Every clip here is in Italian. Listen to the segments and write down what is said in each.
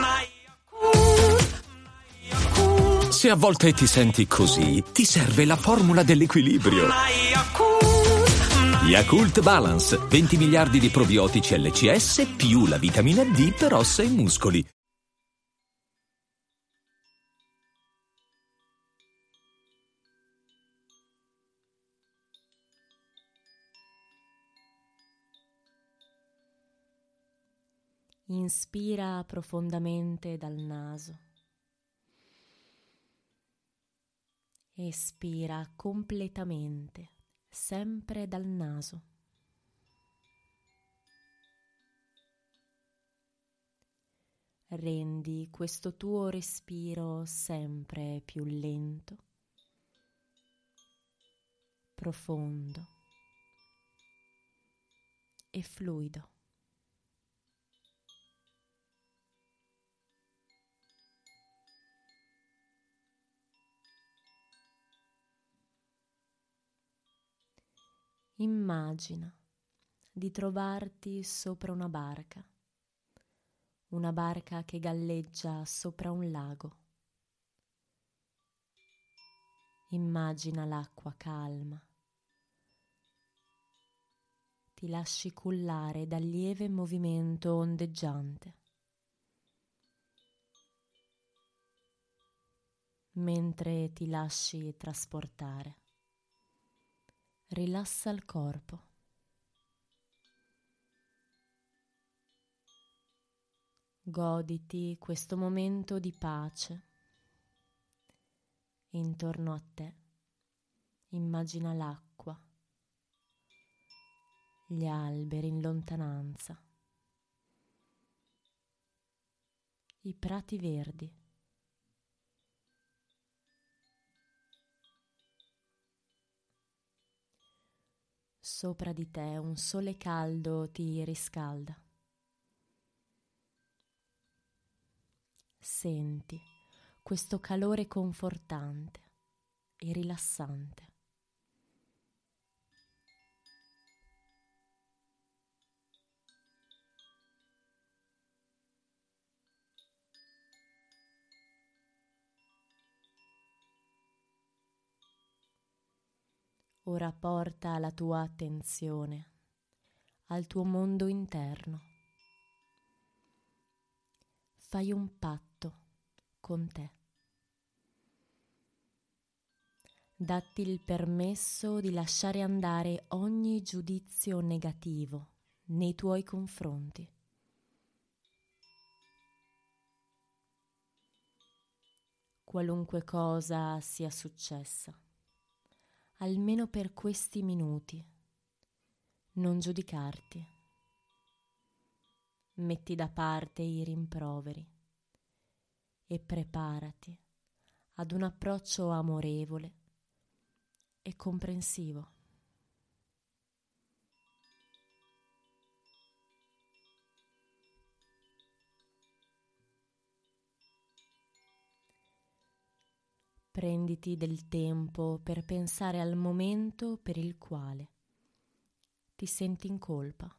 Se a volte ti senti così, ti serve la formula dell'equilibrio. Yakult Balance, 20 miliardi di probiotici LCS più la vitamina D per ossa e muscoli. Inspira profondamente dal naso. Espira completamente, sempre dal naso. Rendi questo tuo respiro sempre più lento, profondo e fluido. Immagina di trovarti sopra una barca che galleggia sopra un lago. Immagina l'acqua calma. Ti lasci cullare dal lieve movimento ondeggiante. Mentre ti lasci trasportare, rilassa il corpo. Goditi questo momento di pace. Intorno a te immagina l'acqua, gli alberi in lontananza, i prati verdi. Sopra di te un sole caldo ti riscalda. Senti questo calore confortante e rilassante. Ora porta la tua attenzione al tuo mondo interno. Fai un patto con te. Datti il permesso di lasciare andare ogni giudizio negativo nei tuoi confronti. Qualunque cosa sia successa, almeno per questi minuti, non giudicarti. Metti da parte i rimproveri e preparati ad un approccio amorevole e comprensivo. Prenditi del tempo per pensare al momento per il quale ti senti in colpa.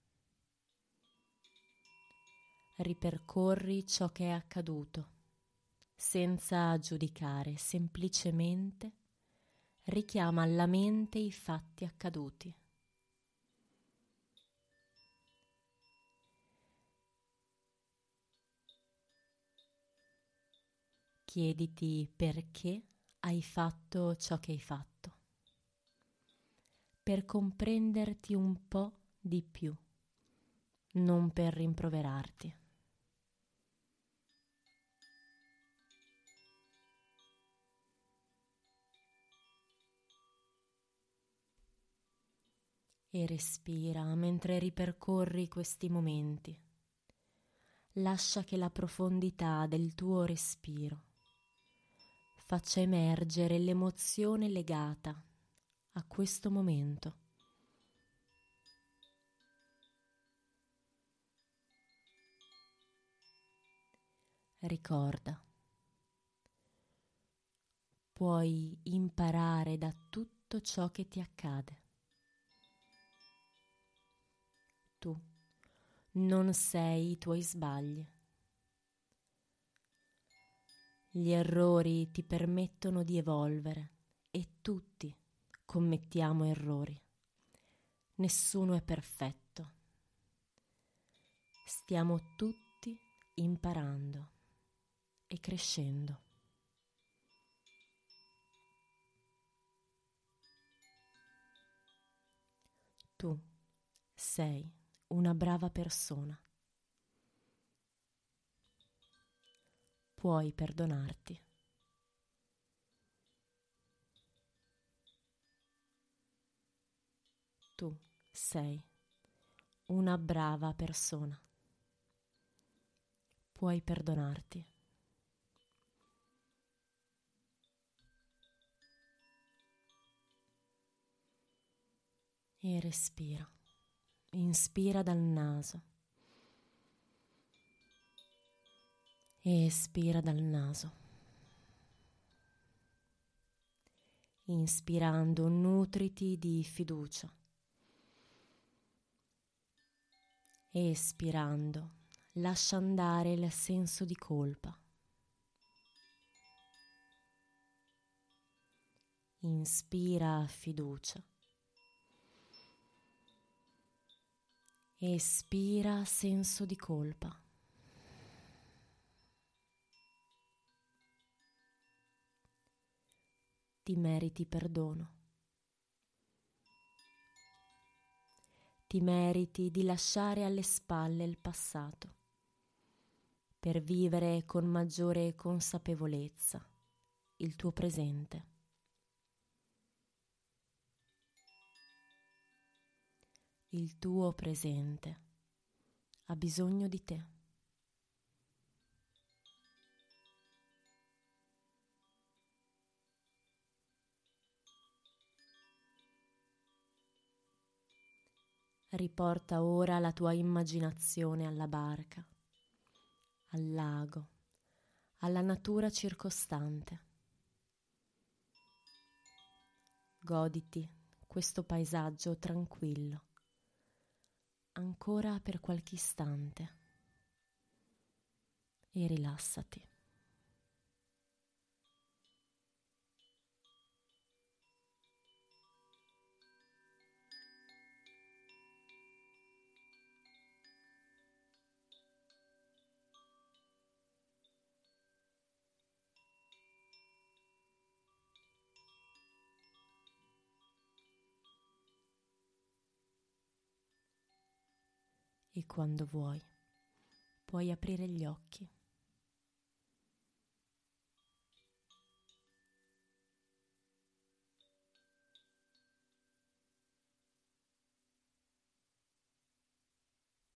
Ripercorri ciò che è accaduto, senza giudicare, semplicemente richiama alla mente i fatti accaduti. Chiediti perché hai fatto ciò che hai fatto, per comprenderti un po' di più, non per rimproverarti. E respira mentre ripercorri questi momenti. Lascia che la profondità del tuo respiro faccia emergere l'emozione legata a questo momento. Ricorda, puoi imparare da tutto ciò che ti accade. Tu non sei i tuoi sbagli. Gli errori ti permettono di evolvere e tutti commettiamo errori. Nessuno è perfetto. Stiamo tutti imparando e crescendo. Tu sei una brava persona. Puoi perdonarti. Tu sei una brava persona. Puoi perdonarti. E respira. Inspira dal naso. E espira dal naso. Inspirando, nutriti di fiducia. Espirando, lascia andare il senso di colpa. Inspira fiducia. Espira senso di colpa. Ti meriti perdono. Ti meriti di lasciare alle spalle il passato per vivere con maggiore consapevolezza il tuo presente. Il tuo presente ha bisogno di te. Riporta ora la tua immaginazione alla barca, al lago, alla natura circostante. Goditi questo paesaggio tranquillo, ancora per qualche istante, e rilassati. E quando vuoi, puoi aprire gli occhi.